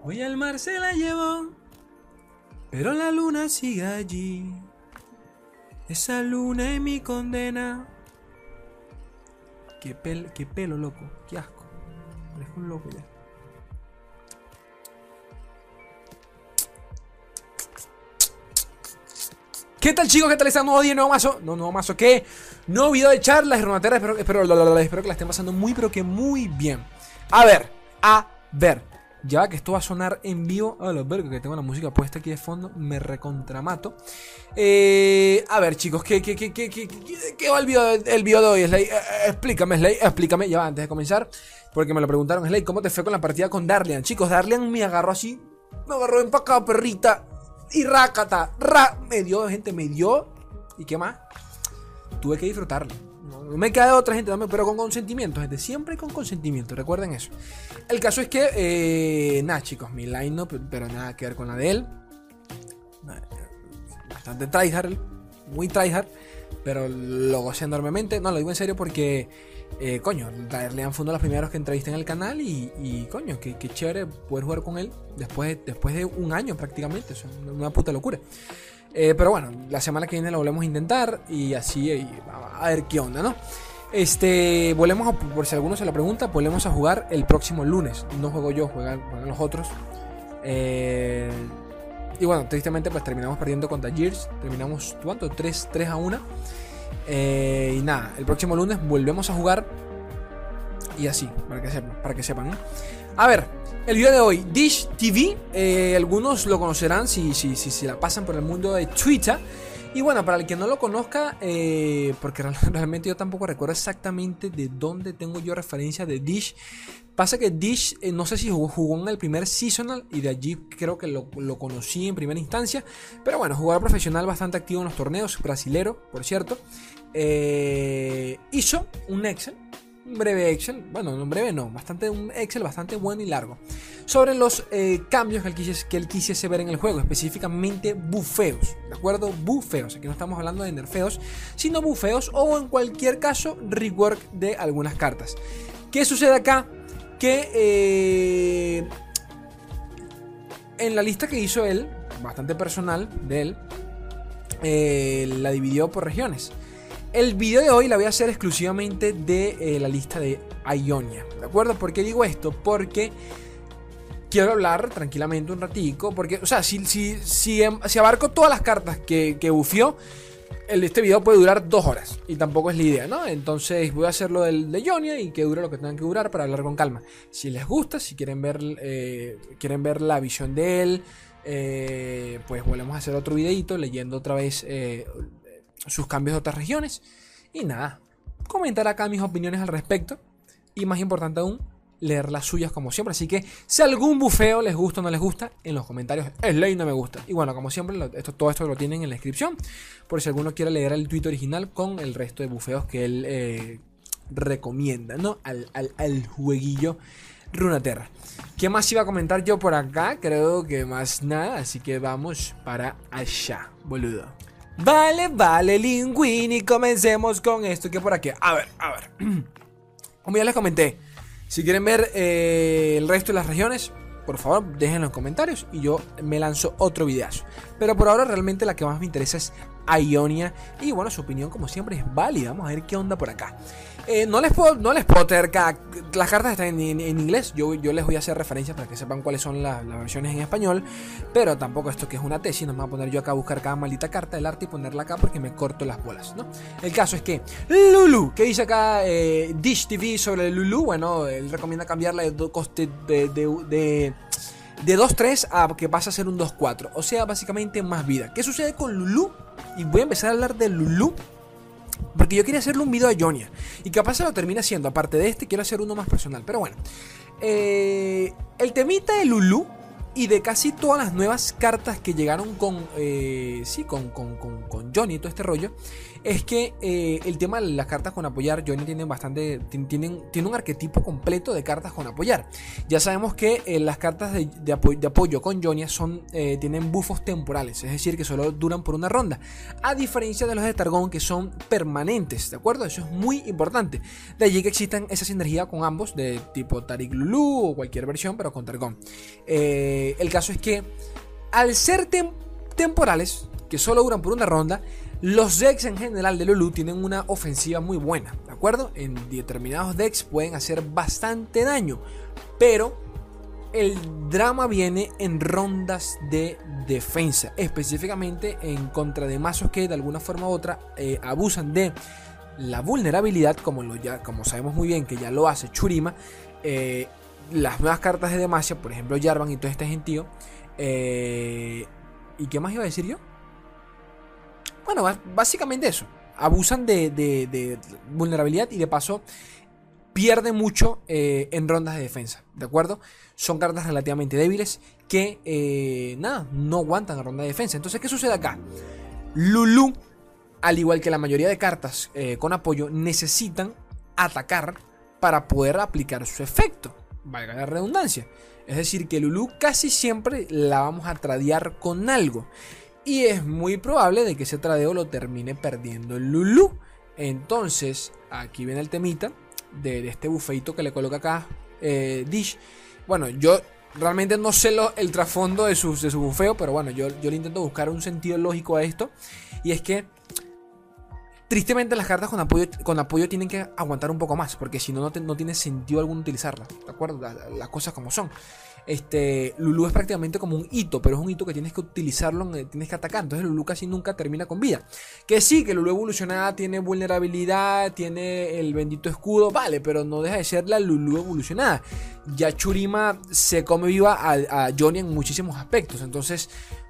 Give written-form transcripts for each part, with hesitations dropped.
Hoy al mar se la llevó, pero la luna sigue allí. Esa luna es mi condena. Qué pelo, loco. Qué asco. Parezco un loco ya. ¿Qué tal, chicos? ¿Qué tal están? Nuevo día, nuevo mazo. No, nuevo mazo, ¿qué? Nuevo video de charlas de Runeterra. Espero que la estén pasando muy, pero que muy bien. A ver. Ya va que esto va a sonar en vivo. A los verga, que tengo la música puesta aquí de fondo. Me recontramato. A ver, chicos, ¿qué va el video de hoy, Slay? Explícame, Slay, explícame. Ya va, antes de comenzar, porque me lo preguntaron, Slay, ¿cómo te fue con la partida con Darlian? Chicos, Darlian me agarró así. Me agarró empacado, perrita. Y rácata, me dio, gente, me dio. ¿Y qué más? Tuve que disfrutarlo. No me queda de otra, gente, pero con consentimiento, gente. Siempre con consentimiento, recuerden eso. El caso es que, nada, chicos, mi line-up, pero nada que ver con la de él. Bastante tryhard, muy tryhard, pero lo gocé enormemente. No, lo digo en serio porque, coño, Darlian fue uno de los primeros que entrevisté en el canal y coño, qué chévere poder jugar con él después de un año prácticamente. Eso es una puta locura. Pero bueno, la semana que viene lo volvemos a intentar y así a ver qué onda, ¿no? Volvemos por si alguno se lo pregunta, volvemos a jugar el próximo lunes. No juego yo, juegan los otros. Y bueno, tristemente pues terminamos perdiendo contra Gears. Terminamos, ¿cuánto? 3-1. Y nada, el próximo lunes volvemos a jugar. Y así, para que sepan, ¿no? A ver, el video de hoy, Dish TV, algunos lo conocerán si la pasan por el mundo de Twitter. Y bueno, para el que no lo conozca, porque realmente yo tampoco recuerdo exactamente de dónde tengo yo referencia de Dish. Pasa que Dish, no sé si jugó en el primer seasonal y de allí creo que lo conocí en primera instancia. Pero bueno, jugador profesional bastante activo en los torneos, brasilero, por cierto. Hizo un Excel. Un breve Excel, bueno, un breve no, un Excel bastante bueno y largo sobre los cambios que él quisiese ver en el juego, específicamente bufeos, ¿de acuerdo? Bufeos, aquí no estamos hablando de nerfeos, sino bufeos o en cualquier caso rework de algunas cartas. ¿Qué sucede acá? Que en la lista que hizo él, bastante personal de él, la dividió por regiones. El video de hoy la voy a hacer exclusivamente de la lista de Ionia, ¿de acuerdo? ¿Por qué digo esto? Porque quiero hablar tranquilamente un ratico, porque, o sea, si abarco todas las cartas que bufió, este video puede durar 2 horas, y tampoco es la idea, ¿no? Entonces voy a hacerlo de Ionia y que dure lo que tengan que durar para hablar con calma. Si les gusta, si quieren ver la visión de él, pues volvemos a hacer otro videito leyendo otra vez sus cambios de otras regiones. Y nada, comentar acá mis opiniones al respecto. Y más importante aún, leer las suyas como siempre. Así que si algún bufeo les gusta o no les gusta, en los comentarios Slay no me gusta. Y bueno, como siempre, todo esto lo tienen en la descripción, por si alguno quiere leer el tweet original con el resto de bufeos que él recomienda, ¿no? Al jueguillo Runeterra. ¿Qué más iba a comentar yo por acá? Creo que más nada, así que vamos para allá, boludo. Vale, Linguini, comencemos con esto que por aquí. A ver. Como ya les comenté, si quieren ver el resto de las regiones, por favor, dejen en los comentarios y yo me lanzo otro videazo. Pero por ahora realmente la que más me interesa es Ionia. Y bueno, su opinión como siempre es válida. Vamos a ver qué onda por acá. No les puedo traer las cartas están en inglés. Yo les voy a hacer referencias para que sepan cuáles son las versiones en español. Pero tampoco esto que es una tesis. No me voy a poner yo acá a buscar cada maldita carta del arte y ponerla acá porque me corto las bolas, ¿no? El caso es que Lulu, que dice acá Dish TV sobre Lulu. Bueno, él recomienda cambiarla de coste de 2-3 a que pasa a ser un 2-4. O sea, básicamente más vida. ¿Qué sucede con Lulu? Y voy a empezar a hablar de Lulu porque yo quería hacerle un video a Ionia y capaz se lo termina haciendo. Aparte de quiero hacer uno más personal. Pero bueno, el temita de Lulu Y de casi todas las nuevas cartas que llegaron con Johnny y todo este rollo, es que el tema de las cartas con apoyar, Johnny tiene tiene un arquetipo completo de cartas con apoyar. Ya sabemos que las cartas de apoyo con Johnny tienen buffos temporales, es decir, que solo duran por una ronda, a diferencia de los de Targon, que son permanentes, ¿de acuerdo? Eso es muy importante. De allí que existan esa sinergia con ambos, de tipo Tariq Lulu o cualquier versión, pero con Targon. El caso es que al ser temporales, que solo duran por una ronda, los decks en general de Lulu tienen una ofensiva muy buena, ¿de acuerdo? En determinados decks pueden hacer bastante daño, pero el drama viene en rondas de defensa, específicamente en contra de mazos que de alguna forma u otra abusan de la vulnerabilidad, como sabemos muy bien que ya lo hace Shurima. Las nuevas cartas de Demacia, por ejemplo Jarvan y todo este gentío. ¿Y qué más iba a decir yo? Bueno, básicamente eso. Abusan de vulnerabilidad y de paso pierden mucho en rondas de defensa, ¿de acuerdo? Son cartas relativamente débiles que no aguantan a ronda de defensa. Entonces, ¿qué sucede acá? Lulu, al igual que la mayoría de cartas con apoyo, necesitan atacar para poder aplicar su efecto, valga la redundancia. Es decir, que Lulu casi siempre la vamos a tradear con algo, y es muy probable de que ese tradeo lo termine perdiendo el Lulu. Entonces, aquí viene el temita de este bufeito que le coloca acá Dish. Bueno, yo realmente no sé el trasfondo de su bufeo, pero bueno, yo le intento buscar un sentido lógico a esto. Y es que tristemente las cartas con apoyo tienen que aguantar un poco más, porque si no, no tiene sentido alguno utilizarlas, ¿de acuerdo? Las cosas como son. Lulu es prácticamente como un hito, pero es un hito que tienes que utilizarlo, tienes que atacar. Entonces Lulu casi nunca termina con vida. Que sí, que Lulu evolucionada tiene vulnerabilidad, tiene el bendito escudo, vale, pero no deja de ser la Lulu evolucionada. Ya Shurima se come viva a Johnny en muchísimos aspectos. Entonces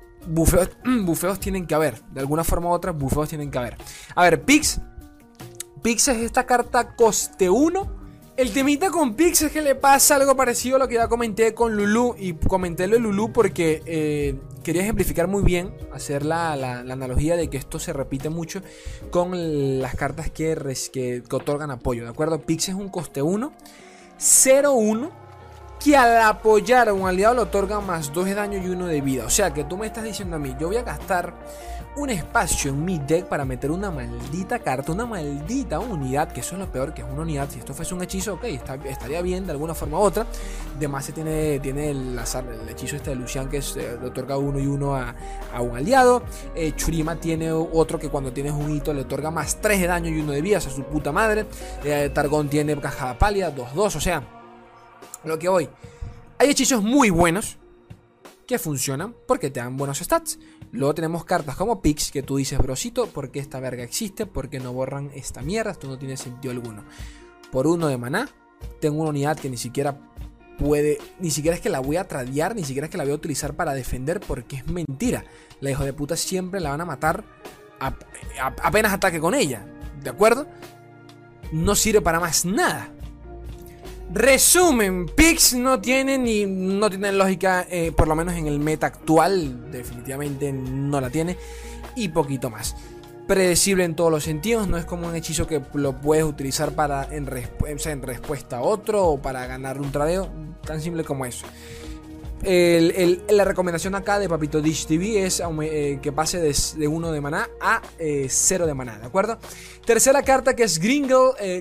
bufeos tienen que haber. De alguna forma u otra, bufeos tienen que haber. A ver, Pix es esta carta coste 1. El temita con Pix es que le pasa algo parecido a lo que ya comenté con Lulu. Y comenté lo de Lulu porque quería ejemplificar muy bien, hacer la analogía de que esto se repite mucho con las cartas que otorgan apoyo, ¿de acuerdo? Pix es un coste 1, 0-1, que al apoyar a un aliado le otorga más 2 de daño y 1 de vida. O sea que tú me estás diciendo a mí, yo voy a gastar un espacio en mi deck para meter una maldita carta, una maldita unidad, que eso es lo peor, que es una unidad. Si esto fuese un hechizo, ok, estaría bien de alguna forma u otra. Además tiene el hechizo este de Lucian, que le otorga 1 y 1 a un aliado. Shurima tiene otro que cuando tienes un hito le otorga más 3 de daño y 1 de vida, o sea, su puta madre. Targon tiene cajada pálida, 2-2, o sea, lo que voy. Hay hechizos muy buenos que funcionan porque te dan buenos stats. Luego tenemos cartas como Pix, que tú dices, brocito, ¿por qué esta verga existe? ¿Por qué no borran esta mierda? Esto no tiene sentido alguno. Por 1 de maná, tengo una unidad que ni siquiera es que la voy a tradear, ni siquiera es que la voy a utilizar para defender, porque es mentira. La hijo de puta siempre la van a matar apenas ataque con ella, ¿de acuerdo? No sirve para más nada. Resumen, Pix no tiene lógica, por lo menos en el meta actual, definitivamente no la tiene, y poquito más. Predecible en todos los sentidos, no es como un hechizo que lo puedes utilizar en respuesta a otro o para ganar un tradeo, tan simple como eso. La recomendación acá de Papito Dish TV es que pase de 1 de maná a 0 de maná, ¿de acuerdo? Tercera carta, que es Gringle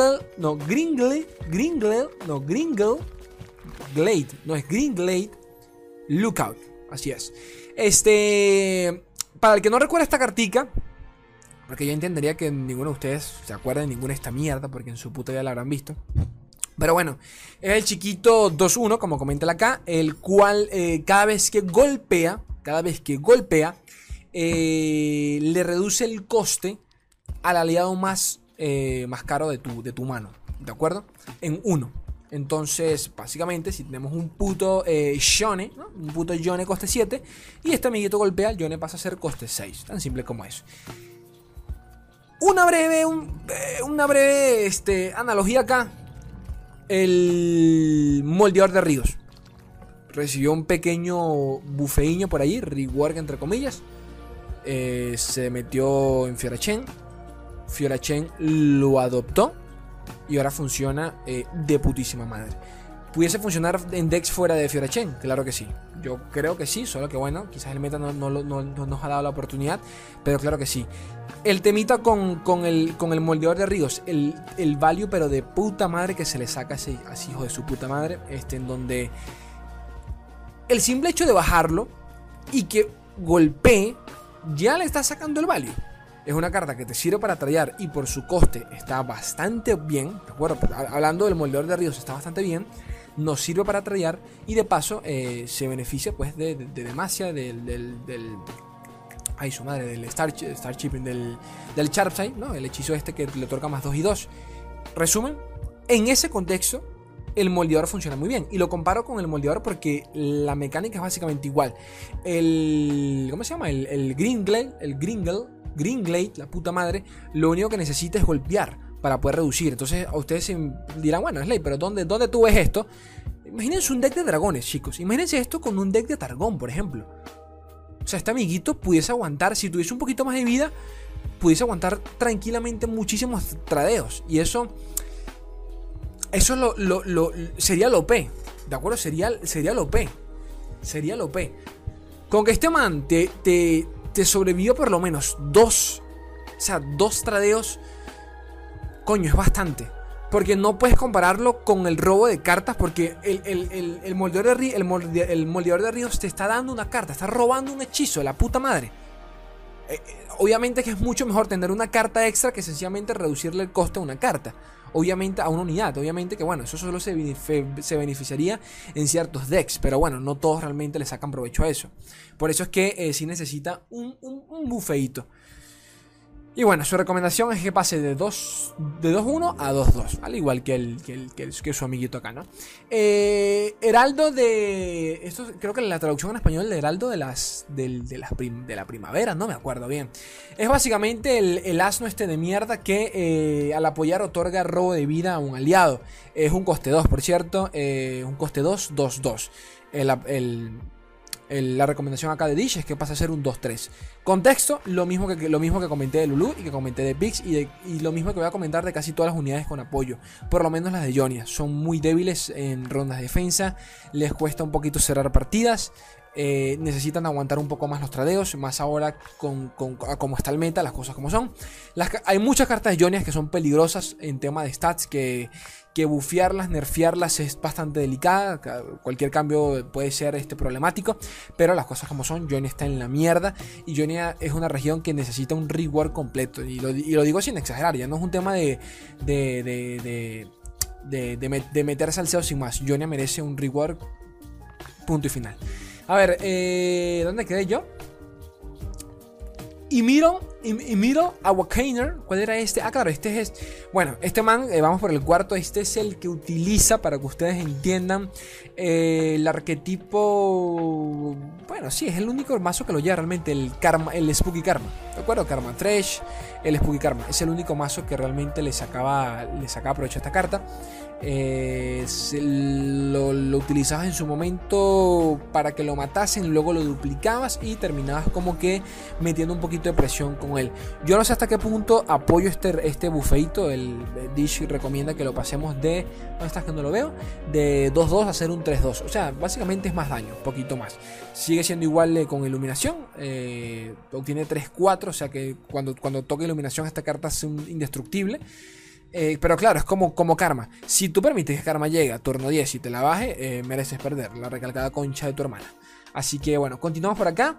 Glade Lookout, así es. Para el que no recuerda esta cartica, porque yo entendería que ninguno de ustedes se acuerda de ninguna de esta mierda, porque en su puta vida la habrán visto. Pero bueno, es el chiquito 2-1, como comenta acá, el cual cada vez que golpea, le reduce el coste al aliado más caro de tu mano, ¿de acuerdo? En 1. Entonces, básicamente, si tenemos un puto Yone, ¿no? Un puto Yone coste 7, y este amiguito golpea, el Yone pasa a ser coste 6, tan simple como eso. Una breve analogía acá. El moldeador de ríos. recibió un pequeño bufeiño por ahí, rework entre comillas. Se metió en Fiorachen. Fiorachen lo adoptó y ahora funciona de putísima madre. ¿Pudiese funcionar en decks fuera de Fiorachen? Claro que sí. Yo creo que sí, solo que bueno, quizás el meta no nos ha dado la oportunidad, pero claro que sí. El temita con el moldeador de ríos, el value pero de puta madre que se le saca a ese hijo de su puta madre, en donde el simple hecho de bajarlo y que golpee ya le está sacando el value. Es una carta que te sirve para tradear y por su coste está bastante bien, ¿de acuerdo? Hablando del moldeador de ríos, está bastante bien. Nos sirve para tradear y de paso se beneficia pues de Demacia, ay su madre, del Starchipping, del Sharpside, ¿no? El hechizo que le otorga más 2 y 2. Resumen, en ese contexto el moldeador funciona muy bien. Y lo comparo con el moldeador porque la mecánica es básicamente igual. ¿Cómo se llama? El Greenglade, la puta madre, lo único que necesita es golpear para poder reducir. Entonces a ustedes dirán, bueno, Slay, pero ¿dónde tú ves esto? Imagínense un deck de dragones, chicos. Imagínense esto con un deck de Targón, por ejemplo. O sea, este amiguito pudiese aguantar, si tuviese un poquito más de vida, pudiese aguantar tranquilamente muchísimos tradeos. Y eso sería lo OP, ¿de acuerdo? Sería lo OP. Sería lo OP. Con que este man te sobrevivió por lo menos 2. O sea, 2 tradeos. Coño, es bastante. Porque no puedes compararlo con el robo de cartas. Porque el moldeador de ríos te está dando una carta. Está robando un hechizo de la puta madre. Obviamente que es mucho mejor tener una carta extra que sencillamente reducirle el coste a una carta. Obviamente a una unidad. Obviamente que bueno, eso solo se beneficiaría en ciertos decks. Pero bueno, no todos realmente le sacan provecho a eso. Por eso es que sí necesita un bufeito. Y bueno, su recomendación es que pase de 2-1 a 2-2, al igual que su amiguito acá, ¿no? Heraldo de... Esto creo que la traducción en español de Heraldo de la primavera, no me acuerdo bien. Es básicamente el asno de mierda que al apoyar otorga robo de vida a un aliado. Es un coste 2, por cierto. Un coste 2, 2-2. La recomendación acá de Dish es que pasa a ser un 2-3. Contexto, lo mismo que comenté de Lulu y que comenté de Pix y lo mismo que voy a comentar de casi todas las unidades con apoyo. Por lo menos las de Ionia. Son muy débiles en rondas de defensa. Les cuesta un poquito cerrar partidas. Necesitan aguantar un poco más los tradeos. Más ahora como está el meta, las cosas como son. Hay muchas cartas de Ionia que son peligrosas en tema de stats que bufearlas, nerfearlas es bastante delicada. Cualquier cambio puede ser problemático. Pero las cosas como son, Ionia está en la mierda. Y Ionia es una región que necesita un rework completo. Y lo digo sin exagerar. Ya no es un tema de meterse al CEO sin más. Ionia merece un rework. Punto y final. A ver, ¿dónde quedé yo? Y miro a Wakainer. ¿Cuál era este? Ah, claro, este es... Bueno, este man, vamos por el cuarto. Este es el que utiliza, para que ustedes entiendan, el arquetipo... Bueno, sí, es el único mazo que lo lleva realmente. El Spooky Karma. ¿De acuerdo? Karma Thresh, el Spooky Karma. Es el único mazo que realmente le sacaba provecho a esta carta. Lo utilizabas en su momento para que lo matasen, luego lo duplicabas y terminabas como que metiendo un poquito de presión con él. Yo no sé hasta qué punto apoyo este bufeito. El Dish recomienda que lo pasemos de... ¿Dónde estás que no lo veo? De 2-2 a hacer un 3-2. O sea, básicamente es más daño, un poquito más. Sigue siendo igual con iluminación. Obtiene 3-4, o sea que cuando toca iluminación esta carta es indestructible. Pero claro, es como Karma. Si tú permites que Karma llegue a turno 10 y te la baje, mereces perder la recalcada concha de tu hermana. Así que bueno, continuamos por acá.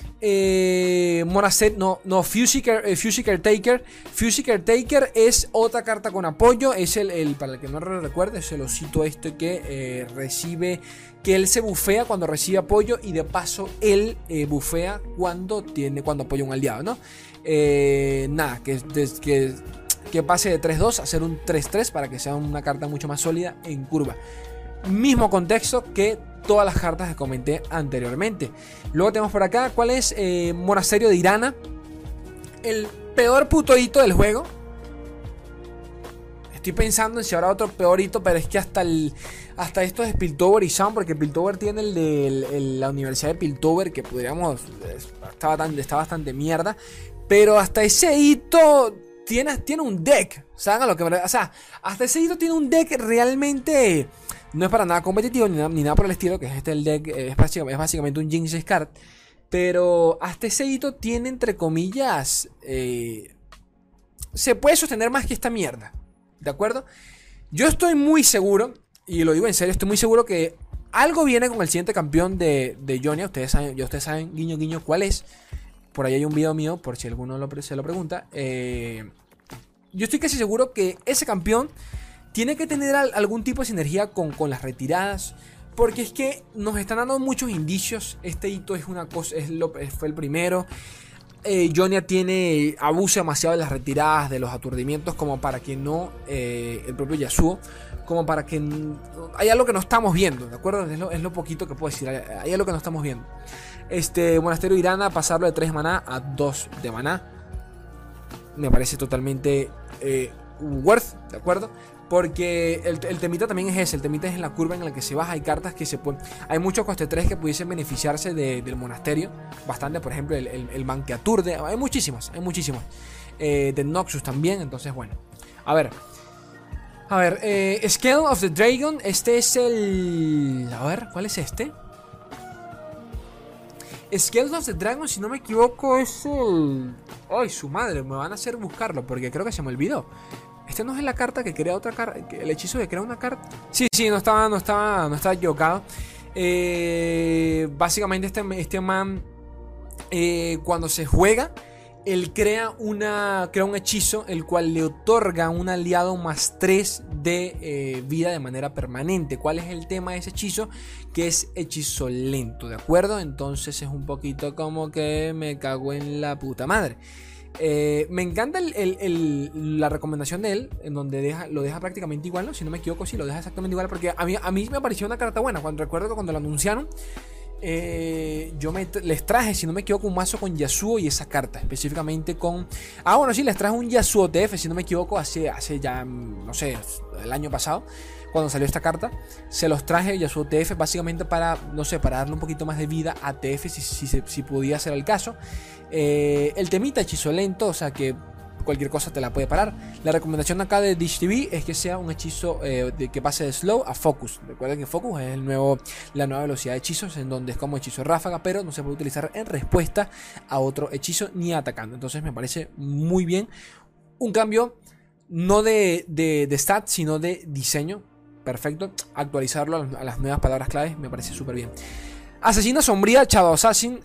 Fuseeker Taker. Fuseeker Taker es otra carta con apoyo. Es para el que no lo recuerde, es el osito que recibe, que él se bufea cuando recibe apoyo y de paso él bufea cuando apoya un aliado, ¿no? Nada, que pase de 3-2 a ser un 3-3 para que sea una carta mucho más sólida en curva. Mismo contexto que todas las cartas que comenté anteriormente. Luego tenemos por acá, ¿cuál es? Monasterio de Irana. El peor puto hito del juego. estoy pensando en si habrá otro peorito, pero es que hasta esto de Piltover y Sound, porque Piltover tiene la Universidad de Piltover, que podríamos, está bastante mierda, pero hasta ese hito tiene un deck, ¿saben a lo que o sea, hasta ese hito tiene un deck realmente, no es para nada competitivo ni nada por el estilo, que es el deck, es básicamente un Jinx Card, pero hasta ese hito tiene, entre comillas, se puede sostener más que esta mierda, ¿de acuerdo? Yo estoy muy seguro, y lo digo en serio, estoy muy seguro que algo viene con el siguiente campeón de Ionia. Ustedes saben, guiño guiño, cuál es. Por ahí hay un video mío, por si alguno se lo pregunta. Yo estoy casi seguro que ese campeón tiene que tener algún tipo de sinergia con las retiradas, porque es que nos están dando muchos indicios. Este hito es una cosa, fue el primero. Ionia abusa demasiado de las retiradas, de los aturdimientos, como para que no, el propio Yasuo, como para que hay algo que no estamos viendo, ¿de acuerdo? Es lo poquito que puedo decir, hay algo que no estamos viendo. Monasterio Irana, pasarlo de 3 maná a 2 de maná, me parece totalmente worth, ¿de acuerdo? Porque el temita también es ese. El temita es en la curva en la que se baja. Hay cartas que se pueden. Hay muchos coste 3 que pudiesen beneficiarse del monasterio. Bastante, por ejemplo, el man que aturde. Hay muchísimos. De Noxus también. Entonces, bueno. A ver. Scale of the Dragon. Este es el. A ver, ¿cuál es este? Scale of the Dragon, si no me equivoco, es el. Ay, su madre. Me van a hacer buscarlo porque creo que se me olvidó. Este no es la carta que crea otra carta. El hechizo que crea una carta. Sí, no estaba equivocado. Básicamente este man, cuando se juega, él crea un hechizo, el cual le otorga a un aliado más 3 de vida de manera permanente. ¿Cuál es el tema de ese hechizo? Que es hechizo lento, ¿de acuerdo? Entonces es un poquito como que me cago en la puta madre. Me encanta la recomendación de él, en donde lo deja prácticamente igual, ¿no? Si no me equivoco, sí, lo deja exactamente igual. Porque a mí me pareció una carta buena. Recuerdo que cuando lo anunciaron, yo les traje, si no me equivoco, un mazo con Yasuo y esa carta, específicamente con... bueno, sí, les traje un Yasuo TF, si no me equivoco, hace ya, no sé, el año pasado, cuando salió esta carta. Se los traje Yasuo TF básicamente para, no sé, para darle un poquito más de vida a TF, si podía ser el caso. El temita hechizo lento, o sea que cualquier cosa te la puede parar. La recomendación acá de Dish TV es que sea un hechizo que pase de slow a focus. Recuerden que focus es la nueva velocidad de hechizos, en donde es como hechizo ráfaga, pero no se puede utilizar en respuesta a otro hechizo ni atacando. Entonces me parece muy bien. Un cambio no de stats, sino de diseño. Perfecto. Actualizarlo a las nuevas palabras claves me parece súper bien. Asesina sombría, Shadow Assassin,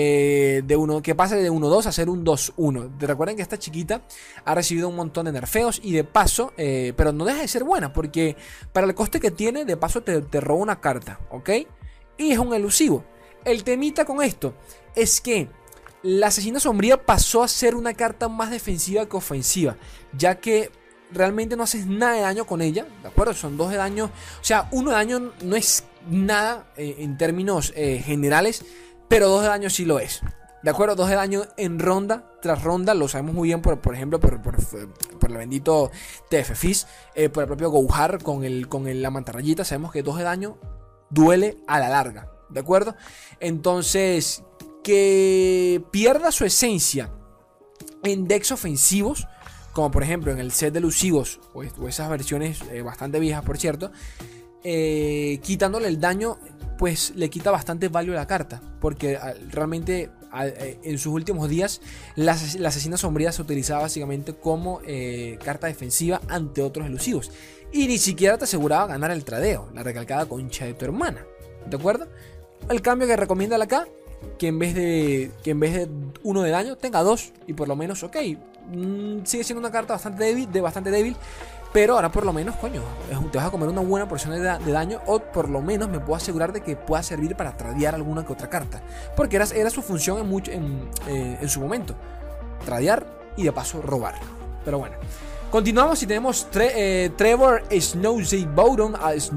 que pase de 1-2 a ser un 2-1. Recuerden que esta chiquita ha recibido un montón de nerfeos y de paso, pero no deja de ser buena, porque para el coste que tiene, de paso te roba una carta, ¿ok? Y es un elusivo. El temita con esto es que la asesina sombría pasó a ser una carta más defensiva que ofensiva, ya que realmente no haces nada de daño con ella, ¿de acuerdo? Son 2 de daño, o sea, 1 de daño no es nada en términos generales, pero 2 de daño sí lo es, ¿de acuerdo? 2 de daño en ronda tras ronda, lo sabemos muy bien por ejemplo, por el bendito TF Fizz, por el propio Gouhar con la mantarrayita. Sabemos que 2 de daño duele a la larga, ¿de acuerdo? Entonces, que pierda su esencia en decks ofensivos, como por ejemplo en el set de elusivos o esas versiones bastante viejas, por cierto, quitándole el daño, pues le quita bastante value a la carta, porque realmente en sus últimos días la asesina sombría se utilizaba básicamente como carta defensiva ante otros elusivos, y ni siquiera te aseguraba ganar el tradeo, la recalcada concha de tu hermana, ¿de acuerdo? El cambio que recomienda acá, que en vez de 1 de daño tenga 2, y por lo menos, ok, sigue siendo una carta bastante débil, pero ahora por lo menos, coño, te vas a comer una buena porción de daño, o por lo menos me puedo asegurar de que pueda servir para tradear alguna que otra carta, porque era su función en su momento, tradear y de paso robar. Pero bueno, continuamos y tenemos Trevor Snowzy Bottom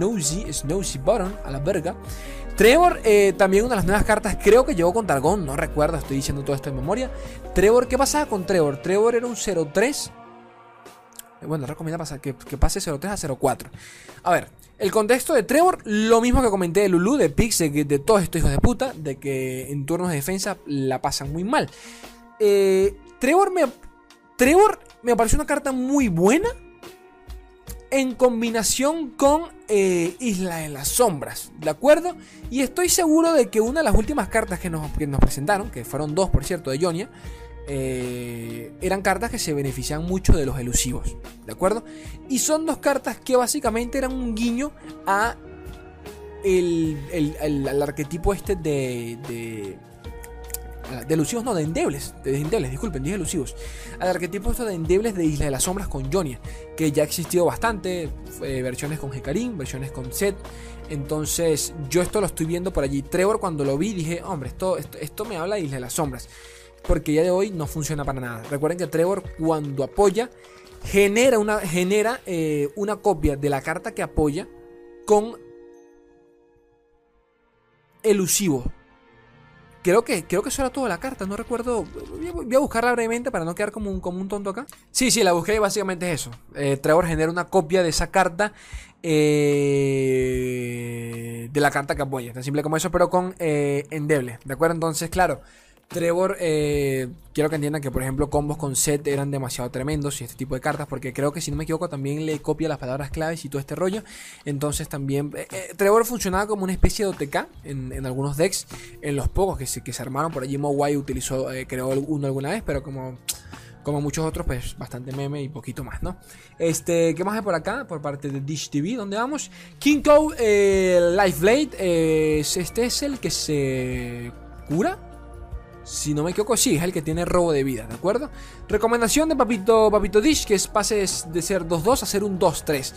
a la verga. Trevor, también una de las nuevas cartas, creo que llegó con Targón, no recuerdo, estoy diciendo todo esto en memoria. Trevor, ¿qué pasaba con Trevor? Trevor era un 0-3 Bueno, recomienda que pase 0.3 a 0.4. A ver, el contexto de Trevor, lo mismo que comenté de Lulu, de Pix, de todos estos hijos de puta, de que en turnos de defensa la pasan muy mal. Trevor me pareció una carta muy buena en combinación con Isla de las Sombras, ¿de acuerdo? Y estoy seguro de que una de las últimas cartas que nos presentaron, que fueron 2 por cierto de Ionia, eran cartas que se benefician mucho de los elusivos, ¿de acuerdo? Y son 2 cartas que básicamente eran un guiño a al arquetipo este de elusivos, no, de endebles, disculpen, dije elusivos. Al arquetipo esto de endebles de Isla de las Sombras con Ionia, que ya ha existido bastante, versiones con Hecarim, versiones con Set. Entonces yo esto lo estoy viendo por allí. Trevor, cuando lo vi, dije, hombre, esto me habla de Isla de las Sombras, porque ya de hoy no funciona para nada. Recuerden que Trevor, cuando apoya, genera una copia de la carta que apoya con elusivo. Creo que eso era toda la carta, no recuerdo. Voy a buscarla brevemente para no quedar como un tonto acá. Sí, la busqué y básicamente es eso. Trevor genera una copia de esa carta, de la carta que apoya. Tan simple como eso, pero con endeble, ¿de acuerdo? Entonces, claro, Trevor, quiero que entiendan que, por ejemplo, combos con Set eran demasiado tremendos y este tipo de cartas, porque creo que, si no me equivoco, también le copia las palabras claves y todo este rollo. Entonces también Trevor funcionaba como una especie de OTK en algunos decks, en los pocos que se armaron. Por allí Mowai creó uno alguna vez, pero como muchos otros, pues bastante meme y poquito más, ¿no? ¿Qué más hay por acá? Por parte de Dish TV, ¿dónde vamos? Kinko Lifeblade, este es el que se cura. Si no me equivoco, sí, es el que tiene robo de vida, ¿de acuerdo? Recomendación de Papito Dish, que pase de ser 2-2 a ser un 2-3.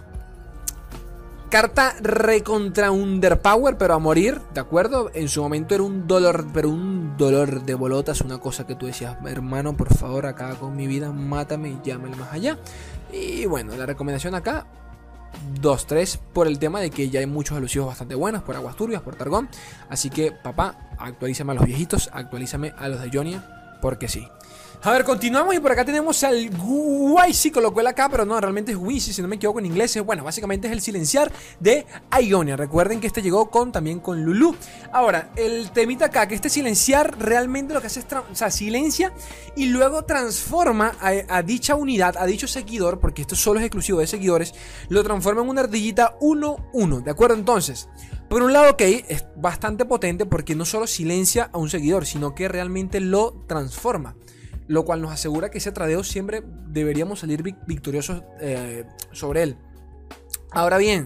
Carta recontra underpower, pero a morir, ¿de acuerdo? En su momento era un dolor, pero un dolor de bolotas, una cosa que tú decías, hermano, por favor, acaba con mi vida, mátame y llámale más allá. Y bueno, la recomendación acá, 2-3, por el tema de que ya hay muchos elusivos bastante buenos, por Aguas Turbias, por Targón. Así que, papá, actualízame a los viejitos, actualízame a los de Ionia, porque sí. A ver, continuamos y por acá tenemos al Guay. Sí, colocó el acá, pero no, realmente es Wisi, si no me equivoco en inglés. Bueno, básicamente es el silenciar de Ionia. Recuerden que este llegó también con Lulu. Ahora, el temita acá, que este silenciar realmente lo que hace es silencia y luego transforma a dicha unidad, a dicho seguidor, porque esto solo es exclusivo de seguidores, lo transforma en una ardillita 1-1, ¿de acuerdo? Entonces, por un lado, ok, es bastante potente porque no solo silencia a un seguidor, sino que realmente lo transforma, lo cual nos asegura que ese tradeo siempre deberíamos salir victoriosos sobre él. Ahora bien,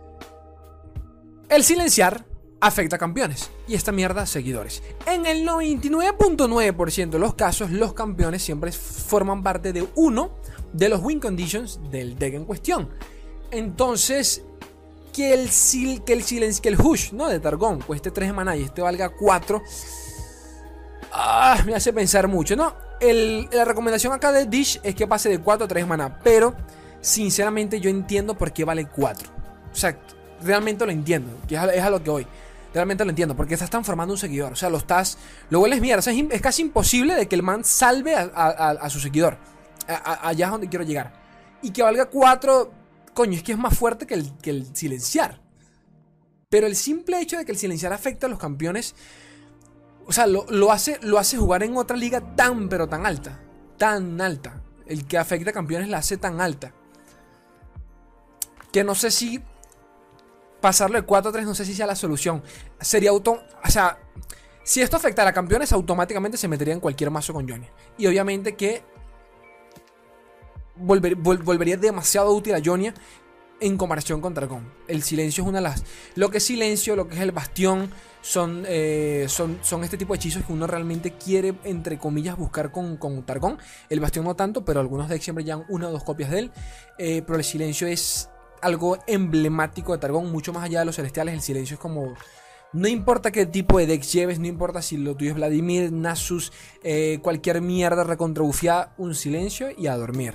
el silenciar afecta a campeones y esta mierda a seguidores. En el 99.9% de los casos, los campeones siempre forman parte de uno de los win conditions del deck en cuestión. Entonces, que el Hush, ¿no?, de Targón cueste 3 maná y este valga 4, me hace pensar mucho, ¿no? La recomendación acá de Dish es que pase de 4 a 3 maná, pero sinceramente yo entiendo por qué vale 4. O sea, realmente lo entiendo, que es a lo que voy. Realmente lo entiendo, porque estás transformando un seguidor. O sea, lo vuelves mierda. O sea, es casi imposible de que el man salve a su seguidor. Allá es donde quiero llegar. Y que valga 4, coño, es que es más fuerte que el silenciar. Pero el simple hecho de que el silenciar afecta a los campeones, o sea, lo hace jugar en otra liga tan, pero tan alta. Tan alta. El que afecta a campeones la hace tan alta, que no sé si pasarlo de 4 a 3, no sé si sea la solución. Sería o sea, si esto afectara a campeones, automáticamente se metería en cualquier mazo con Ionia. Y obviamente que volvería demasiado útil a Ionia en comparación con Targón. El silencio es una de las... Lo que es silencio, lo que es el bastión, son este tipo de hechizos que uno realmente quiere, entre comillas, buscar con Targón. El bastión no tanto, pero algunos decks siempre llevan 1 o 2 copias de él. Pero el silencio es algo emblemático de Targón, mucho más allá de los celestiales. El silencio es como... No importa qué tipo de decks lleves, no importa si lo tuyo es Vladimir, Nasus, cualquier mierda recontrabufiada, un silencio y a dormir.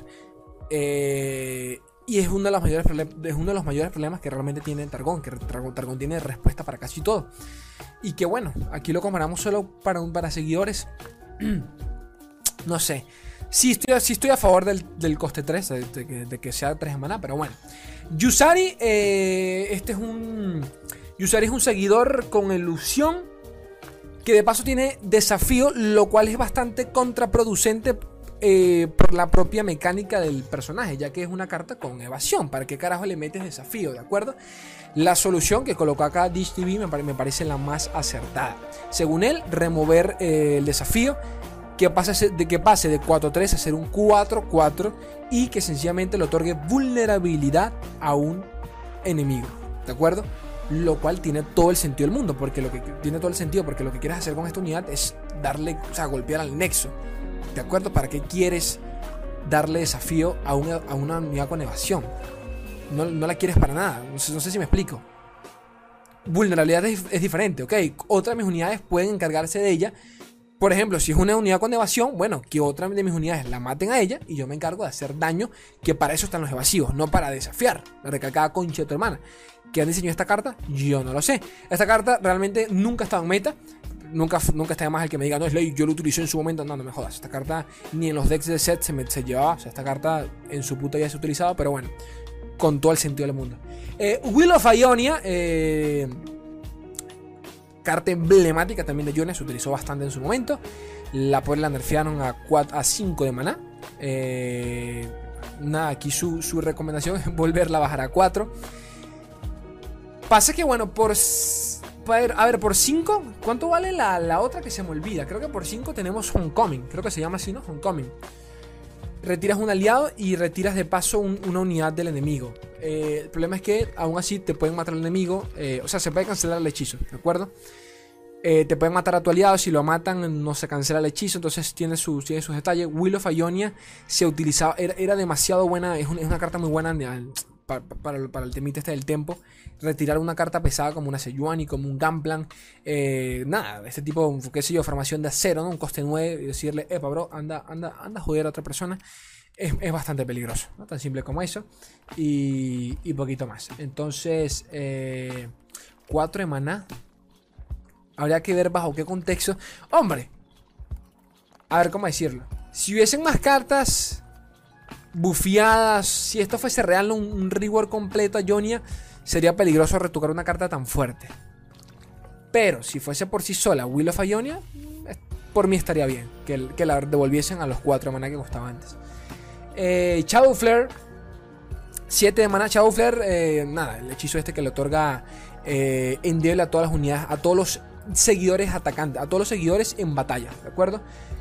Y es uno de los mayores problemas que realmente tiene Targón, que Targón tiene respuesta para casi todo. Y que bueno, aquí lo comparamos solo para seguidores. No sé. Sí estoy a favor del coste 3, de que sea 3 de maná, pero bueno. Yusari, Yusari es un seguidor con ilusión que de paso tiene desafío, lo cual es bastante contraproducente por la propia mecánica del personaje, ya que es una carta con evasión. ¿Para qué carajo le metes desafío? ¿De acuerdo? La solución que colocó acá Dish TV me parece la más acertada. Según él, remover el desafío, que pase de 4-3 a ser un 4-4 y que sencillamente le otorgue vulnerabilidad a un enemigo. ¿De acuerdo? Lo cual tiene todo el sentido del mundo, porque lo que quieres hacer con esta unidad es darle, o sea, golpear al nexo. ¿De acuerdo? ¿Para qué quieres darle desafío a una unidad con evasión? No la quieres para nada. No sé si me explico. Vulnerabilidad es diferente, ¿ok? Otras de mis unidades pueden encargarse de ella. Por ejemplo, si es una unidad con evasión, bueno, que otra de mis unidades la maten a ella y yo me encargo de hacer daño, que para eso están los evasivos, no para desafiar. La recalcada concha de tu hermana. ¿Quién diseñó esta carta? Yo no lo sé. Esta carta realmente nunca ha estado en meta. Nunca está de más el que me diga, no, es ley, yo lo utilicé en su momento. No me jodas. Esta carta ni en los decks de set se llevaba. O sea, esta carta en su puta ya se utilizaba, pero bueno, con todo el sentido del mundo. Will of Ionia, carta emblemática también de Ionia, se utilizó bastante en su momento. La nerfearon a 5 de maná. Nada, aquí su recomendación es volverla a bajar a 4. Pasa que, bueno, por 5, ¿cuánto vale la otra que se me olvida? Creo que por 5 tenemos Homecoming, creo que se llama así, ¿no? Homecoming. Retiras un aliado y retiras de paso una unidad del enemigo. El problema es que aún así te pueden matar al enemigo, o sea, se puede cancelar el hechizo, ¿de acuerdo? Te pueden matar a tu aliado, si lo matan no se cancela el hechizo, entonces tiene sus detalles. Will of Ionia se utilizaba, era demasiado buena, es una carta muy buena para el temita este del tempo. Retirar una carta pesada como una Sejuani, como un Gunplan, nada, este tipo, qué sé yo, formación de acero, ¿no? Un coste 9 y decirle, bro, anda a joder a otra persona, es bastante peligroso, ¿no? Tan simple como eso y poquito más. Entonces 4 de maná, habría que ver bajo qué contexto. Hombre, a ver cómo decirlo, si hubiesen más cartas bufiadas, si esto fuese real, un reward completo a Ionia, sería peligroso retocar una carta tan fuerte. Pero si fuese por sí sola Will of Ionia, por mí estaría bien que la devolviesen a los 4 de maná que costaba antes. Shadow Flare, 7 de maná. Shadow Flare, nada, el hechizo este que le otorga endeble a todas las unidades, a todos los seguidores atacantes, a todos los seguidores en batalla, ¿de acuerdo?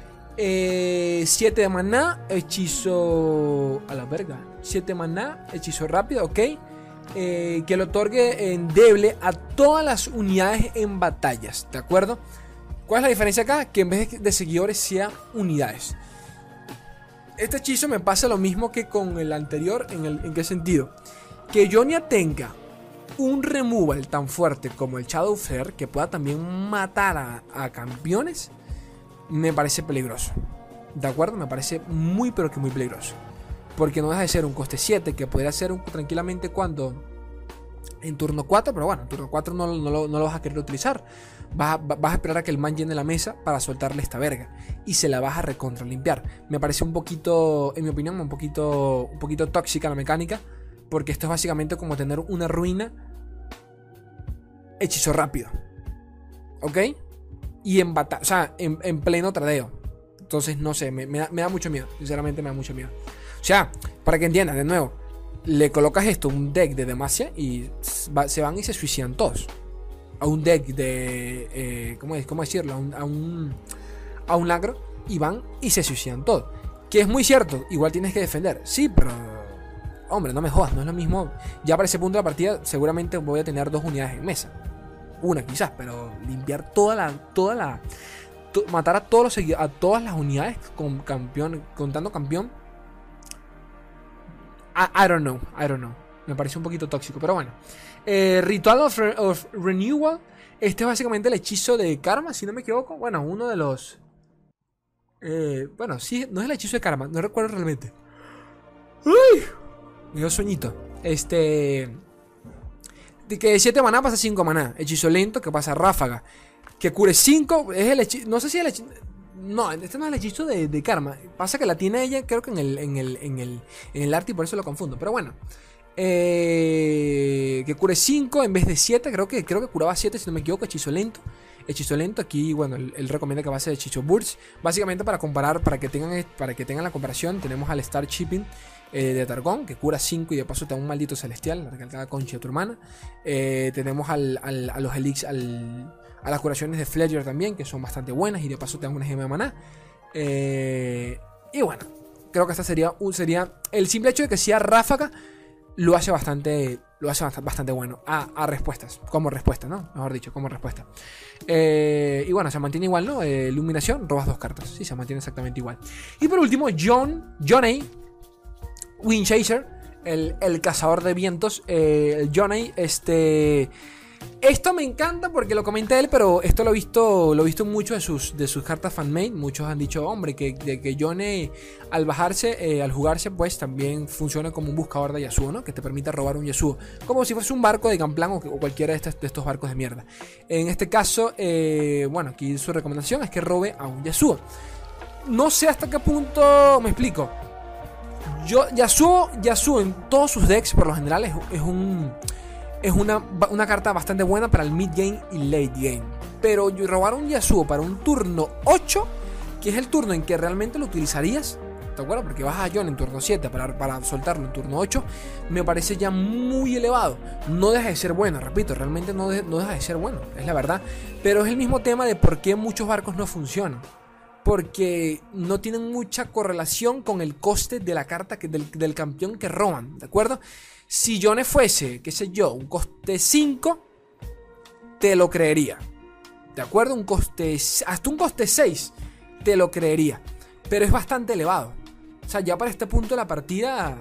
7 de maná, hechizo a la verga. 7 de maná, hechizo rápido, ok. Que le otorgue endeble a todas las unidades en batallas, ¿de acuerdo? ¿Cuál es la diferencia acá? Que en vez de seguidores sea unidades. Este hechizo me pasa lo mismo que con el anterior. ¿En qué sentido? Que Ionia tenga un removal tan fuerte como el Shadow Flare, que pueda también matar a campeones, me parece peligroso, ¿de acuerdo? Me parece muy pero que muy peligroso, porque no deja de ser un coste 7 que podría ser tranquilamente cuando en turno 4, pero bueno, en turno 4 no lo vas a querer utilizar. Vas a esperar a que el man llene la mesa para soltarle esta verga y se la vas a recontra limpiar. Me parece un poquito, en mi opinión, un poquito tóxica la mecánica, porque esto es básicamente como tener una ruina hechizo rápido, ¿ok? Y en batalla, o sea, en pleno tradeo. Entonces, no sé, me da mucho miedo. Sinceramente, me da mucho miedo. O sea, para que entiendan, de nuevo, le colocas esto, un deck de Demacia, y se van y se suicidan todos. A un deck de. ¿Cómo decirlo? A un Lagro, y van y se suicidan todos. Que es muy cierto, igual tienes que defender. Sí, pero. Hombre, no me jodas, no es lo mismo. Ya para ese punto de la partida, seguramente voy a tener 2 unidades en mesa. Una quizás, pero limpiar matar a todas las unidades con campeón, contando campeón. I don't know. Me parece un poquito tóxico, pero bueno. Ritual of Renewal. Este es básicamente el hechizo de karma, si no me equivoco. Bueno, uno de los. Bueno, sí, no es el hechizo de karma, no recuerdo realmente. ¡Uy! Me dio sueñito. De que de 7 maná pasa 5 maná. Hechizo lento que pasa ráfaga. Que cure 5. Es el hechizo. No sé si el hechizo. No, este no es el hechizo de Karma. Pasa que la tiene ella, creo que en el arte, y por eso lo confundo. Pero bueno. Que cure 5 en vez de 7. Creo que curaba 7, si no me equivoco. Hechizo lento. Hechizo lento. Aquí, bueno, él recomienda que base de hechizo Burst. Básicamente para comparar, para que tengan la comparación, tenemos al Star Shipping de Targon, que cura 5 y de paso te da un maldito celestial, la recalcada concha de tu hermana. Tenemos a los Elix, a las curaciones de Fledger también, que son bastante buenas y de paso te dan una gema de maná. Y bueno, creo que esta sería el simple hecho de que sea ráfaga lo hace bastante bueno a respuestas, como respuesta, ¿no? Mejor dicho, como respuesta. Y bueno, se mantiene igual, ¿no? Iluminación, robas 2 cartas. Sí, se mantiene exactamente igual. Y por último, Johnny Windchaser, el cazador de vientos. Johnny, esto me encanta porque lo comenta él, pero esto lo he visto en muchos de sus cartas fanmade. Muchos han dicho, hombre, que Johnny al jugarse, pues también funciona como un buscador de Yasuo, ¿no? Que te permite robar un Yasuo, como si fuese un barco de Gunplan o cualquiera de estos barcos de mierda. En este caso, bueno, aquí su recomendación es que robe a un Yasuo. No sé hasta qué punto me explico. Yasuo en todos sus decks, por lo general, es una carta bastante buena para el mid game y late game. Pero robar un Yasuo para un turno 8, que es el turno en que realmente lo utilizarías, ¿de acuerdo? Porque vas a John en turno 7 para soltarlo en turno 8, me parece ya muy elevado. No deja de ser bueno, repito, realmente no deja de ser bueno, es la verdad. Pero es el mismo tema de por qué muchos barcos no funcionan. Porque no tienen mucha correlación con el coste de la carta del campeón que roban, ¿de acuerdo? Si Yone fuese, qué sé yo, un coste 5, te lo creería, ¿de acuerdo? Hasta un coste 6, te lo creería. Pero es bastante elevado. O sea, ya para este punto de la partida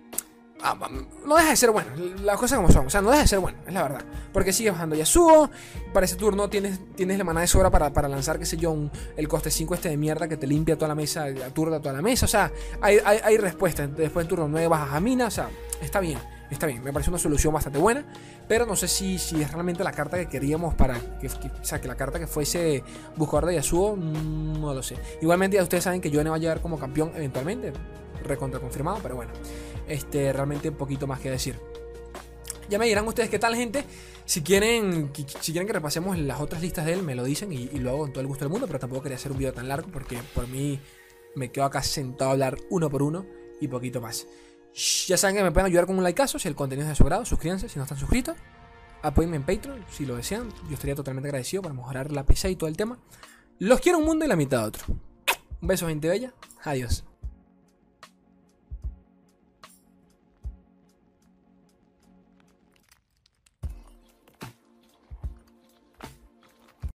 no deja de ser bueno. Las cosas como son. O sea, no deja de ser bueno, es la verdad. Porque sigues bajando Yasuo. Para ese turno tienes la maná de sobra para lanzar, qué sé yo, el coste 5 de mierda que te limpia toda la mesa, aturda toda la mesa. O sea, hay respuesta. Después en turno 9 bajas a mina. O sea, está bien. Me parece una solución bastante buena. Pero no sé si es realmente la carta que queríamos o sea, que la carta que fuese buscador de Yasuo, no lo sé. Igualmente ya ustedes saben que Yone va a llegar como campeón eventualmente. Recontra confirmado, pero bueno. Realmente un poquito más que decir. Ya me dirán ustedes qué tal, gente. Si quieren que repasemos las otras listas de él, me lo dicen y lo hago con todo el gusto del mundo. Pero tampoco quería hacer un video tan largo porque por mí me quedo acá sentado a hablar uno por uno y poquito más. Ya saben que me pueden ayudar con un likeazo si el contenido es de su grado. Suscríbanse si no están suscritos. Apóyenme en Patreon si lo desean. Yo estaría totalmente agradecido para mejorar la PC y todo el tema. Los quiero un mundo y la mitad otro. Un beso, gente bella. Adiós.